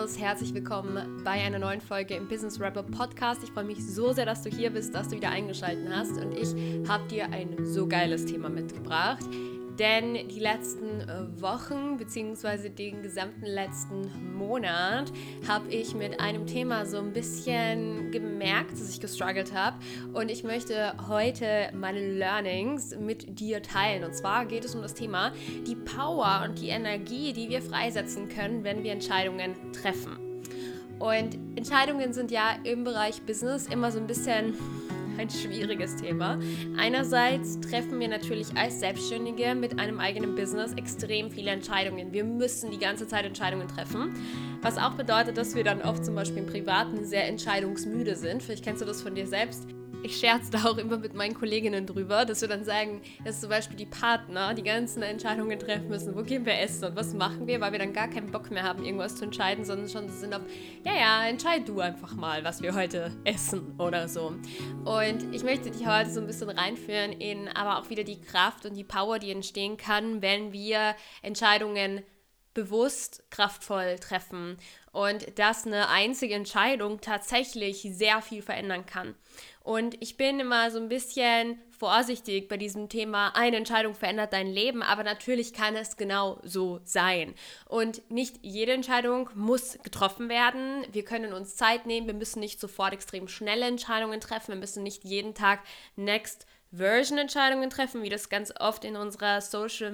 Servus, herzlich willkommen bei einer neuen Folge im Business Rebel Podcast. Ich freue mich so sehr, dass du hier bist, dass du wieder eingeschaltet hast und ich habe dir ein so geiles Thema mitgebracht, denn die letzten Wochen bzw. den gesamten letzten Monat habe ich mit einem Thema so ein bisschen gemerkt, dass ich gestruggelt habe und ich möchte heute meine Learnings mit dir teilen. Und zwar geht es um das Thema die Power und die Energie, die wir freisetzen können, wenn wir Entscheidungen treffen. Und Entscheidungen sind ja im Bereich Business immer so ein bisschen ein schwieriges Thema. Einerseits treffen wir natürlich als Selbstständige mit einem eigenen Business extrem viele Entscheidungen. Wir müssen die ganze Zeit Entscheidungen treffen, was auch bedeutet, dass wir dann oft zum Beispiel im Privaten sehr entscheidungsmüde sind. Vielleicht kennst du das von dir selbst. Ich scherze da auch immer mit meinen Kolleginnen drüber, dass wir dann sagen, dass zum Beispiel die Partner die ganzen Entscheidungen treffen müssen. Wo gehen wir essen und was machen wir, weil wir dann gar keinen Bock mehr haben, irgendwas zu entscheiden, sondern schon sind auf, entscheid du einfach mal, was wir heute essen oder so. Und ich möchte dich heute so ein bisschen reinführen in aber auch wieder die Kraft und die Power, die entstehen kann, wenn wir Entscheidungen bewusst kraftvoll treffen und dass eine einzige Entscheidung tatsächlich sehr viel verändern kann. Und ich bin immer so ein bisschen vorsichtig bei diesem Thema, eine Entscheidung verändert dein Leben, aber natürlich kann es genau so sein. Und nicht jede Entscheidung muss getroffen werden. Wir können uns Zeit nehmen, wir müssen nicht sofort extrem schnelle Entscheidungen treffen, wir müssen nicht jeden Tag Next-Version-Entscheidungen treffen, wie das ganz oft in unserer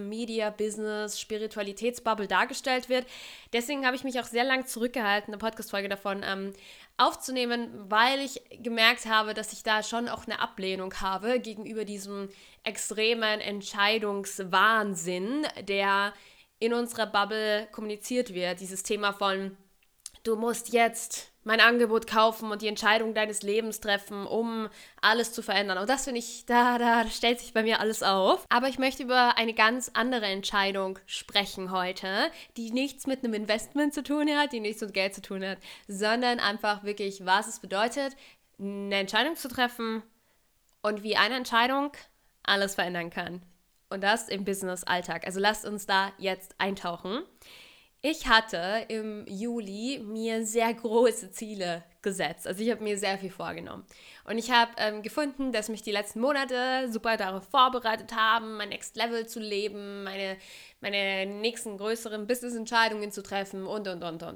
Social-Media-Business-Spiritualitätsbubble dargestellt wird. Deswegen habe ich mich auch sehr lang zurückgehalten, eine Podcast-Folge davon aufzunehmen, weil ich gemerkt habe, dass ich da schon auch eine Ablehnung habe gegenüber diesem extremen Entscheidungswahnsinn, der in unserer Bubble kommuniziert wird. Dieses Thema von, du musst jetzt mein Angebot kaufen und die Entscheidung deines Lebens treffen, um alles zu verändern. Und das finde ich, da stellt sich bei mir alles auf. Aber ich möchte über eine ganz andere Entscheidung sprechen heute, die nichts mit einem Investment zu tun hat, die nichts mit Geld zu tun hat, sondern einfach wirklich, was es bedeutet, eine Entscheidung zu treffen und wie eine Entscheidung alles verändern kann. Und das im Business-Alltag. Also lasst uns da jetzt eintauchen. Ich hatte im Juli mir sehr große Ziele gesetzt. Also ich habe mir sehr viel vorgenommen. Und ich habe gefunden, dass mich die letzten Monate super darauf vorbereitet haben, mein Next Level zu leben, meine nächsten größeren Business-Entscheidungen zu treffen und.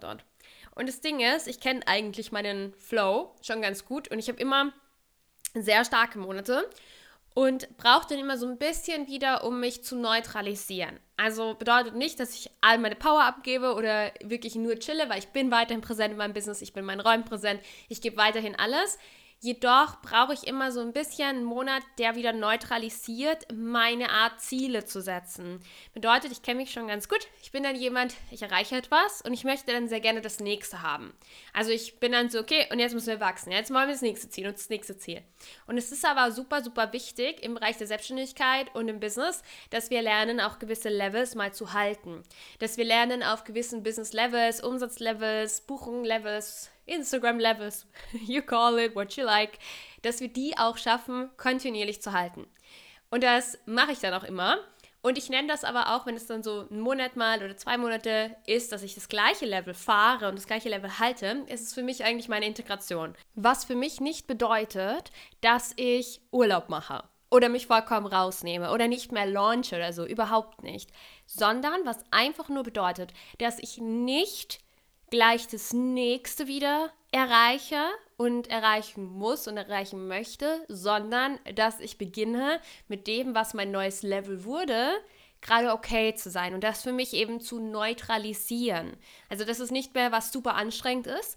Und das Ding ist, ich kenne eigentlich meinen Flow schon ganz gut und ich habe immer sehr starke Monate und brauche dann immer so ein bisschen wieder, um mich zu neutralisieren. Also bedeutet nicht, dass ich all meine Power abgebe oder wirklich nur chille, weil ich bin weiterhin präsent in meinem Business, ich bin in meinen Räumen präsent, ich gebe weiterhin alles. Jedoch brauche ich immer so ein bisschen einen Monat, der wieder neutralisiert, meine Art Ziele zu setzen. Bedeutet, ich kenne mich schon ganz gut. Ich bin dann jemand, ich erreiche etwas und ich möchte dann sehr gerne das nächste haben. Also ich bin dann so, okay, und jetzt müssen wir wachsen. Jetzt wollen wir das nächste Ziel und das nächste Ziel. Und es ist aber super, super wichtig im Bereich der Selbstständigkeit und im Business, dass wir lernen, auch gewisse Levels mal zu halten. Dass wir lernen, auf gewissen Business-Levels, Umsatz-Levels, Buchung-Levels, Instagram-Levels, you call it what you like, dass wir die auch schaffen, kontinuierlich zu halten. Und das mache ich dann auch immer. Und ich nenne das aber auch, wenn es dann so einen Monat mal oder 2 Monate ist, dass ich das gleiche Level fahre und das gleiche Level halte, ist es für mich eigentlich meine Integration. Was für mich nicht bedeutet, dass ich Urlaub mache oder mich vollkommen rausnehme oder nicht mehr launche oder so, überhaupt nicht. Sondern was einfach nur bedeutet, dass ich nicht gleich das nächste wieder erreiche und erreichen muss und erreichen möchte, sondern dass ich beginne mit dem, was mein neues Level wurde, gerade okay zu sein und das für mich eben zu neutralisieren. Also dass es nicht mehr was super anstrengend ist,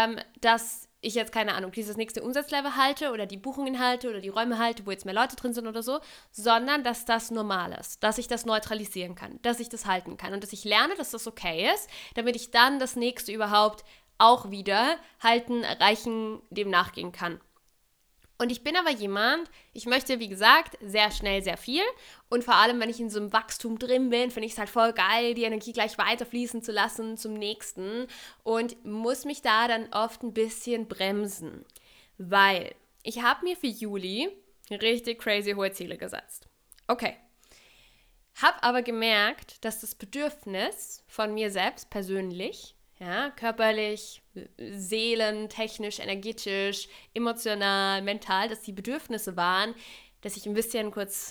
dass ich jetzt, keine Ahnung, dieses nächste Umsatzlevel halte oder die Buchungen halte oder die Räume halte, wo jetzt mehr Leute drin sind oder so, sondern dass das normal ist, dass ich das neutralisieren kann, dass ich das halten kann und dass ich lerne, dass das okay ist, damit ich dann das nächste überhaupt auch wieder halten, erreichen, dem nachgehen kann. Und ich bin aber jemand, ich möchte, wie gesagt, sehr schnell sehr viel und vor allem, wenn ich in so einem Wachstum drin bin, finde ich es halt voll geil, die Energie gleich weiterfließen zu lassen zum nächsten und muss mich da dann oft ein bisschen bremsen, weil ich habe mir für Juli richtig crazy hohe Ziele gesetzt. Okay, habe aber gemerkt, dass das Bedürfnis von mir selbst persönlich Ja, körperlich, seelentechnisch, energetisch, emotional, mental, dass die Bedürfnisse waren, dass ich ein bisschen kurz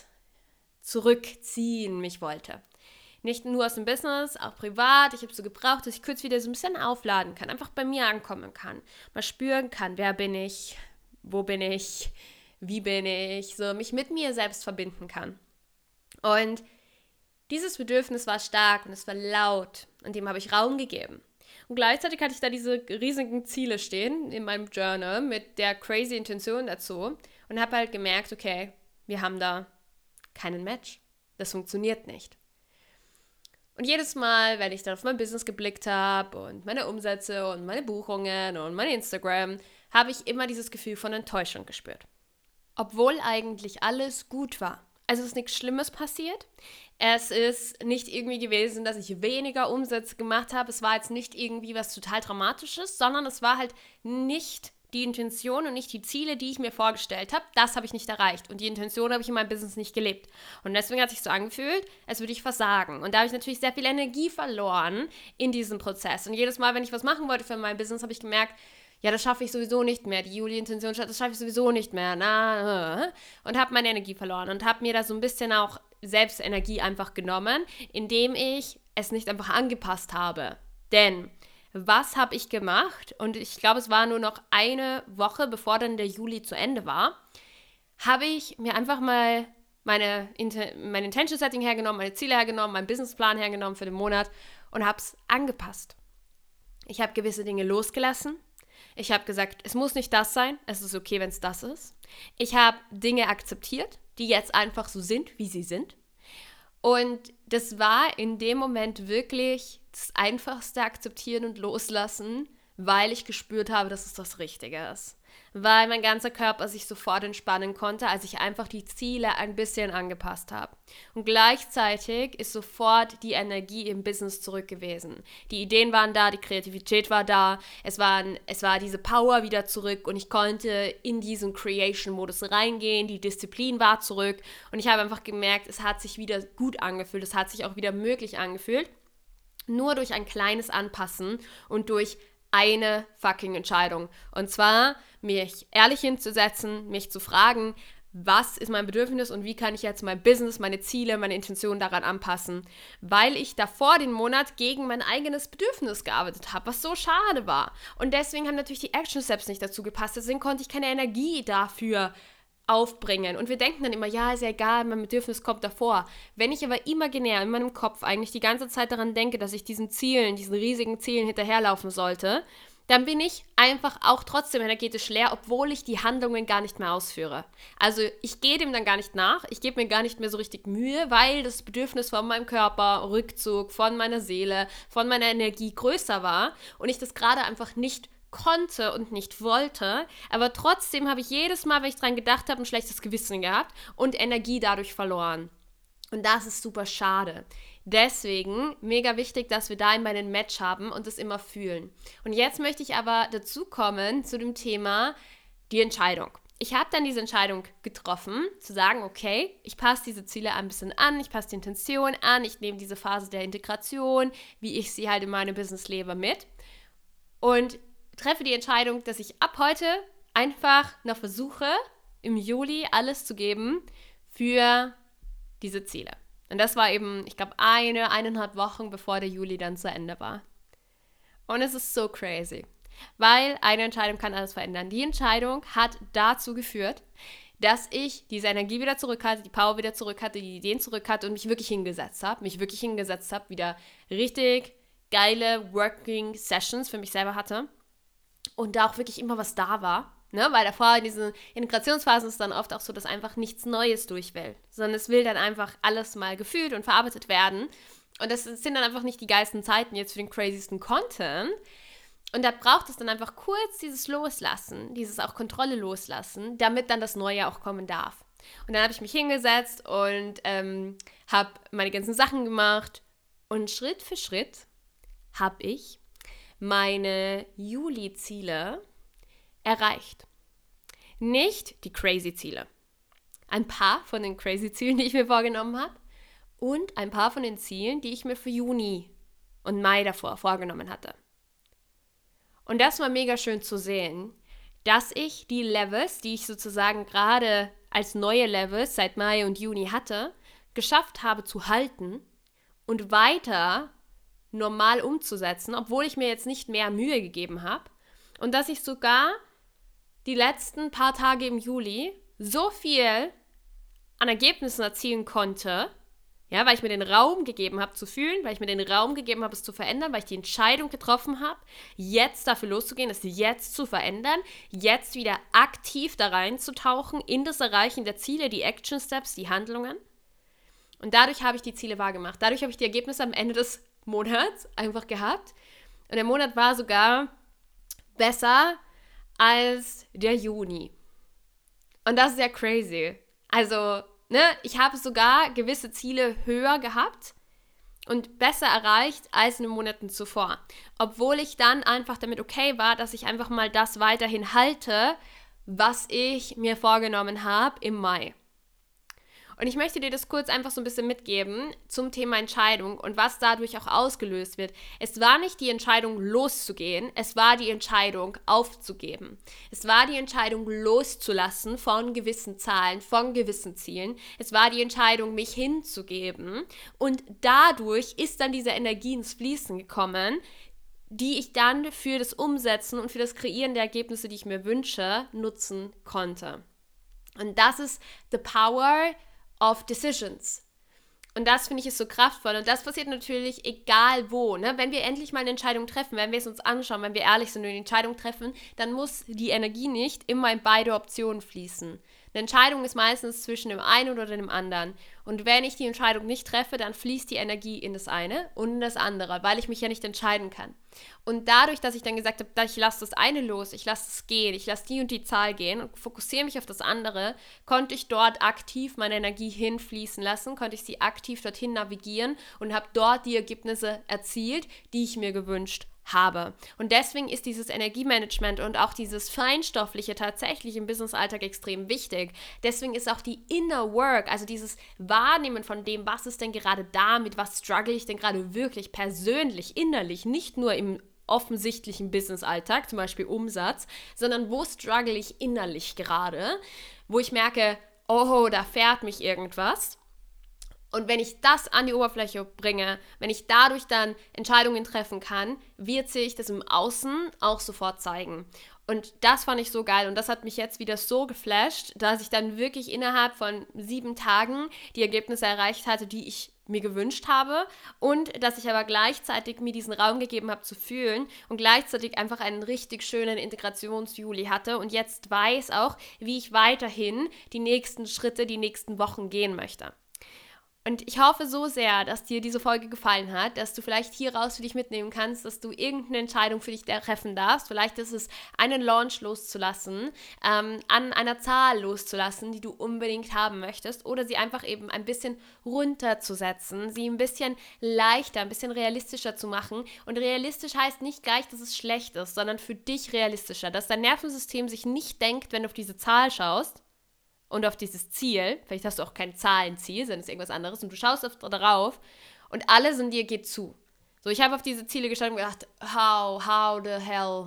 zurückziehen mich wollte. Nicht nur aus dem Business, auch privat. Ich habe so gebraucht, dass ich kurz wieder so ein bisschen aufladen kann, einfach bei mir ankommen kann, mal spüren kann, wer bin ich, wo bin ich, wie bin ich, so mich mit mir selbst verbinden kann. Und dieses Bedürfnis war stark und es war laut und dem habe ich Raum gegeben. Und gleichzeitig hatte ich da diese riesigen Ziele stehen in meinem Journal mit der crazy Intention dazu und habe halt gemerkt, okay, wir haben da keinen Match. Das funktioniert nicht. Und jedes Mal, wenn ich dann auf mein Business geblickt habe und meine Umsätze und meine Buchungen und mein Instagram, habe ich immer dieses Gefühl von Enttäuschung gespürt. Obwohl eigentlich alles gut war. Also es ist nichts Schlimmes passiert. Es ist nicht irgendwie gewesen, dass ich weniger Umsätze gemacht habe. Es war jetzt nicht irgendwie was total Dramatisches, sondern es war halt nicht die Intention und nicht die Ziele, die ich mir vorgestellt habe. Das habe ich nicht erreicht. Und die Intention habe ich in meinem Business nicht gelebt. Und deswegen hat es sich so angefühlt, als würde ich versagen. Und da habe ich natürlich sehr viel Energie verloren in diesem Prozess. Und jedes Mal, wenn ich was machen wollte für mein Business, habe ich gemerkt, ja, das schaffe ich sowieso nicht mehr. Die Juli-Intention, das schaffe ich sowieso nicht mehr. Und habe meine Energie verloren und habe mir da so ein bisschen auch selbst Energie einfach genommen, indem ich es nicht einfach angepasst habe. Denn was habe ich gemacht? Und ich glaube, es war nur noch eine Woche, bevor dann der Juli zu Ende war, habe ich mir einfach mal mein Intention-Setting hergenommen, meine Ziele hergenommen, meinen Businessplan hergenommen für den Monat und habe es angepasst. Ich habe gewisse Dinge losgelassen. Ich habe gesagt, es muss nicht das sein, es ist okay, wenn es das ist. Ich habe Dinge akzeptiert, die jetzt einfach so sind, wie sie sind. Und das war in dem Moment wirklich das einfachste Akzeptieren und Loslassen, weil ich gespürt habe, dass es das Richtige ist. Weil mein ganzer Körper sich sofort entspannen konnte, als ich einfach die Ziele ein bisschen angepasst habe. Und gleichzeitig ist sofort die Energie im Business zurück gewesen. Die Ideen waren da, die Kreativität war da, es war diese Power wieder zurück und ich konnte in diesen Creation-Modus reingehen, die Disziplin war zurück und ich habe einfach gemerkt, es hat sich wieder gut angefühlt, es hat sich auch wieder möglich angefühlt, nur durch ein kleines Anpassen und durch eine fucking Entscheidung. Und zwar, mich ehrlich hinzusetzen, mich zu fragen, was ist mein Bedürfnis und wie kann ich jetzt mein Business, meine Ziele, meine Intentionen daran anpassen, weil ich davor den Monat gegen mein eigenes Bedürfnis gearbeitet habe, was so schade war. Und deswegen haben natürlich die Action Steps nicht dazu gepasst, deswegen konnte ich keine Energie dafür aufbringen. Und wir denken dann immer, ja, ist ja egal, mein Bedürfnis kommt davor. Wenn ich aber imaginär in meinem Kopf eigentlich die ganze Zeit daran denke, dass ich diesen riesigen Zielen hinterherlaufen sollte, dann bin ich einfach auch trotzdem energetisch leer, obwohl ich die Handlungen gar nicht mehr ausführe. Also ich gehe dem dann gar nicht nach, ich gebe mir gar nicht mehr so richtig Mühe, weil das Bedürfnis von meinem Körper, Rückzug, von meiner Seele, von meiner Energie größer war und ich das gerade einfach nicht konnte und nicht wollte, aber trotzdem habe ich jedes Mal, wenn ich dran gedacht habe, ein schlechtes Gewissen gehabt und Energie dadurch verloren. Und das ist super schade. Deswegen mega wichtig, dass wir da immer einen Match haben und das immer fühlen. Und jetzt möchte ich aber dazu kommen zu dem Thema die Entscheidung. Ich habe dann diese Entscheidung getroffen, zu sagen, okay, ich passe diese Ziele ein bisschen an, ich passe die Intention an, ich nehme diese Phase der Integration, wie ich sie halt in meinem Business lebe, mit und treffe die Entscheidung, dass ich ab heute einfach noch versuche, im Juli alles zu geben für diese Ziele. Und das war eben, ich glaube, 1,5 Wochen, bevor der Juli dann zu Ende war. Und es ist so crazy, weil eine Entscheidung kann alles verändern. Die Entscheidung hat dazu geführt, dass ich diese Energie wieder zurück hatte, die Power wieder zurück hatte, die Ideen zurück hatte und mich wirklich hingesetzt habe, wieder richtig geile Working Sessions für mich selber hatte und da auch wirklich immer was da war. Ne, weil davor in diesen Integrationsphasen ist dann oft auch so, dass einfach nichts Neues durch will, sondern es will dann einfach alles mal gefühlt und verarbeitet werden. Und das sind dann einfach nicht die geilsten Zeiten jetzt für den crazysten Content. Und da braucht es dann einfach kurz dieses Loslassen, dieses auch Kontrolle loslassen, damit dann das Neue auch kommen darf. Und dann habe ich mich hingesetzt und habe meine ganzen Sachen gemacht und Schritt für Schritt habe ich meine Juli-Ziele erreicht. Nicht die crazy Ziele. Ein paar von den crazy Zielen, die ich mir vorgenommen habe und ein paar von den Zielen, die ich mir für Juni und Mai davor vorgenommen hatte. Und das war mega schön zu sehen, dass ich die Levels, die ich sozusagen gerade als neue Levels seit Mai und Juni hatte, geschafft habe zu halten und weiter normal umzusetzen, obwohl ich mir jetzt nicht mehr Mühe gegeben habe. Und dass ich sogar die letzten paar Tage im Juli so viel an Ergebnissen erzielen konnte, ja, weil ich mir den Raum gegeben habe zu fühlen, weil ich mir den Raum gegeben habe, es zu verändern, weil ich die Entscheidung getroffen habe, jetzt dafür loszugehen, es jetzt zu verändern, jetzt wieder aktiv da reinzutauchen in das Erreichen der Ziele, die Action Steps, die Handlungen. Und dadurch habe ich die Ziele wahrgemacht. Dadurch habe ich die Ergebnisse am Ende des Monats einfach gehabt. Und der Monat war sogar besser als der Juni. Und das ist ja crazy. Also, ich habe sogar gewisse Ziele höher gehabt und besser erreicht als in den Monaten zuvor. Obwohl ich dann einfach damit okay war, dass ich einfach mal das weiterhin halte, was ich mir vorgenommen habe im Mai. Und ich möchte dir das kurz einfach so ein bisschen mitgeben zum Thema Entscheidung und was dadurch auch ausgelöst wird. Es war nicht die Entscheidung loszugehen, es war die Entscheidung aufzugeben. Es war die Entscheidung loszulassen von gewissen Zahlen, von gewissen Zielen. Es war die Entscheidung, mich hinzugeben. Und dadurch ist dann diese Energie ins Fließen gekommen, die ich dann für das Umsetzen und für das Kreieren der Ergebnisse, die ich mir wünsche, nutzen konnte. Und das ist the power of decisions. Und das finde ich ist so kraftvoll. Und das passiert natürlich egal wo. Wenn wir endlich mal eine Entscheidung treffen, wenn wir es uns anschauen, wenn wir ehrlich sind und eine Entscheidung treffen, dann muss die Energie nicht immer in beide Optionen fließen. Eine Entscheidung ist meistens zwischen dem einen oder dem anderen. Und wenn ich die Entscheidung nicht treffe, dann fließt die Energie in das eine und in das andere, weil ich mich ja nicht entscheiden kann. Und dadurch, dass ich dann gesagt habe, ich lasse das eine los, ich lasse es gehen, ich lasse die und die Zahl gehen und fokussiere mich auf das andere, konnte ich dort aktiv meine Energie hinfließen lassen, konnte ich sie aktiv dorthin navigieren und habe dort die Ergebnisse erzielt, die ich mir gewünscht habe. Und deswegen ist dieses Energiemanagement und auch dieses Feinstoffliche tatsächlich im Business-Alltag extrem wichtig. Deswegen ist auch die Inner Work, also dieses Wahrnehmen von dem, was ist denn gerade da, mit was struggle ich denn gerade wirklich persönlich, innerlich, nicht nur im offensichtlichen Business-Alltag, zum Beispiel Umsatz, sondern wo struggle ich innerlich gerade, wo ich merke, oh, da fährt mich irgendwas. Und wenn ich das an die Oberfläche bringe, wenn ich dadurch dann Entscheidungen treffen kann, wird sich das im Außen auch sofort zeigen. Und das fand ich so geil und das hat mich jetzt wieder so geflasht, dass ich dann wirklich innerhalb von 7 Tagen die Ergebnisse erreicht hatte, die ich mir gewünscht habe und dass ich aber gleichzeitig mir diesen Raum gegeben habe zu fühlen und gleichzeitig einfach einen richtig schönen Integrationsjuli hatte und jetzt weiß auch, wie ich weiterhin die nächsten Schritte, die nächsten Wochen gehen möchte. Und ich hoffe so sehr, dass dir diese Folge gefallen hat, dass du vielleicht hier raus für dich mitnehmen kannst, dass du irgendeine Entscheidung für dich treffen darfst. Vielleicht ist es, einen Launch loszulassen, an einer Zahl loszulassen, die du unbedingt haben möchtest oder sie einfach eben ein bisschen runterzusetzen, sie ein bisschen leichter, ein bisschen realistischer zu machen. Und realistisch heißt nicht gleich, dass es schlecht ist, sondern für dich realistischer, dass dein Nervensystem sich nicht denkt, wenn du auf diese Zahl schaust, und auf dieses Ziel, vielleicht hast du auch kein Zahlenziel, sondern es ist irgendwas anderes und du schaust darauf und alles in dir geht zu. So, ich habe auf diese Ziele geschaut und gedacht, how the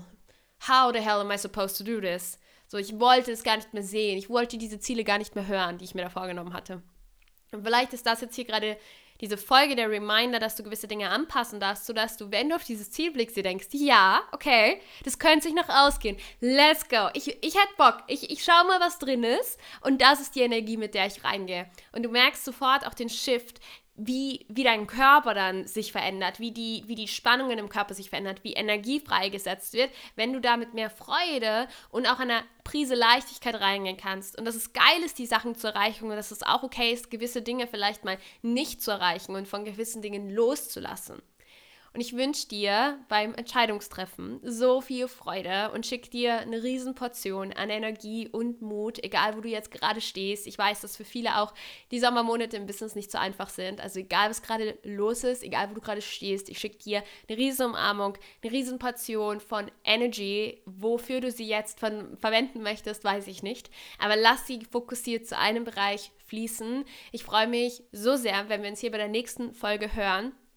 hell am I supposed to do this? So, ich wollte es gar nicht mehr sehen, ich wollte diese Ziele gar nicht mehr hören, die ich mir da vorgenommen hatte. Und vielleicht ist das jetzt hier gerade diese Folge der Reminder, dass du gewisse Dinge anpassen darfst, sodass du, wenn du auf dieses Ziel blickst, dir denkst, ja, okay, das könnte sich noch ausgehen. Let's go. Ich hätte Bock. Ich schaue mal, was drin ist. Und das ist die Energie, mit der ich reingehe. Und du merkst sofort auch den Shift, wie dein Körper dann sich verändert, wie die Spannungen im Körper sich verändert, wie Energie freigesetzt wird, wenn du da mit mehr Freude und auch einer Prise Leichtigkeit reingehen kannst. Und dass es geil ist, die Sachen zu erreichen und dass es auch okay ist, gewisse Dinge vielleicht mal nicht zu erreichen und von gewissen Dingen loszulassen. Und ich wünsche dir beim Entscheidungstreffen so viel Freude und schicke dir eine Riesenportion an Energie und Mut, egal wo du jetzt gerade stehst. Ich weiß, dass für viele auch die Sommermonate im Business nicht so einfach sind. Also egal, was gerade los ist, egal, wo du gerade stehst, ich schicke dir eine Riesenumarmung, eine Riesenportion von Energy. Wofür du sie jetzt verwenden möchtest, weiß ich nicht. Aber lass sie fokussiert zu einem Bereich fließen. Ich freue mich so sehr, wenn wir uns hier bei der nächsten Folge hören.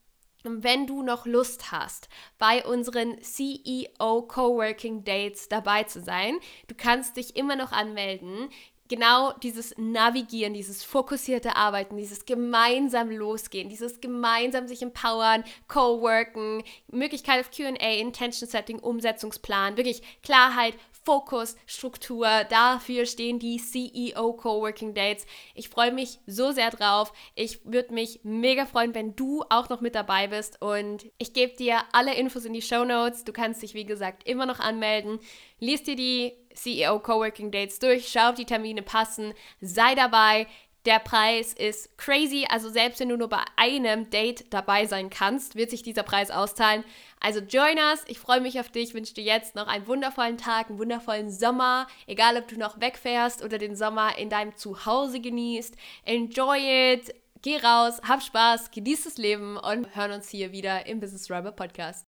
Und wenn du noch Lust hast, bei unseren CEO Coworking Dates dabei zu sein, du kannst dich immer noch anmelden. Genau dieses Navigieren, dieses fokussierte Arbeiten, dieses gemeinsam losgehen, dieses gemeinsam sich empowern, Coworken, Möglichkeit auf Q&A, Intention Setting, Umsetzungsplan, wirklich Klarheit, Fokus, Struktur, dafür stehen die CEO Coworking Dates. Ich freue mich so sehr drauf. Ich würde mich mega freuen, wenn du auch noch mit dabei bist und ich gebe dir alle Infos in die Shownotes. Du kannst dich, wie gesagt, immer noch anmelden. Lies dir die CEO Coworking Dates durch, schau, ob die Termine passen, sei dabei. Der Preis ist crazy, also selbst wenn du nur bei einem Date dabei sein kannst, wird sich dieser Preis auszahlen. Also join us, ich freue mich auf dich, wünsche dir jetzt noch einen wundervollen Tag, einen wundervollen Sommer, egal ob du noch wegfährst oder den Sommer in deinem Zuhause genießt. Enjoy it, geh raus, hab Spaß, genieß das Leben und hören uns hier wieder im Business Rebel Podcast.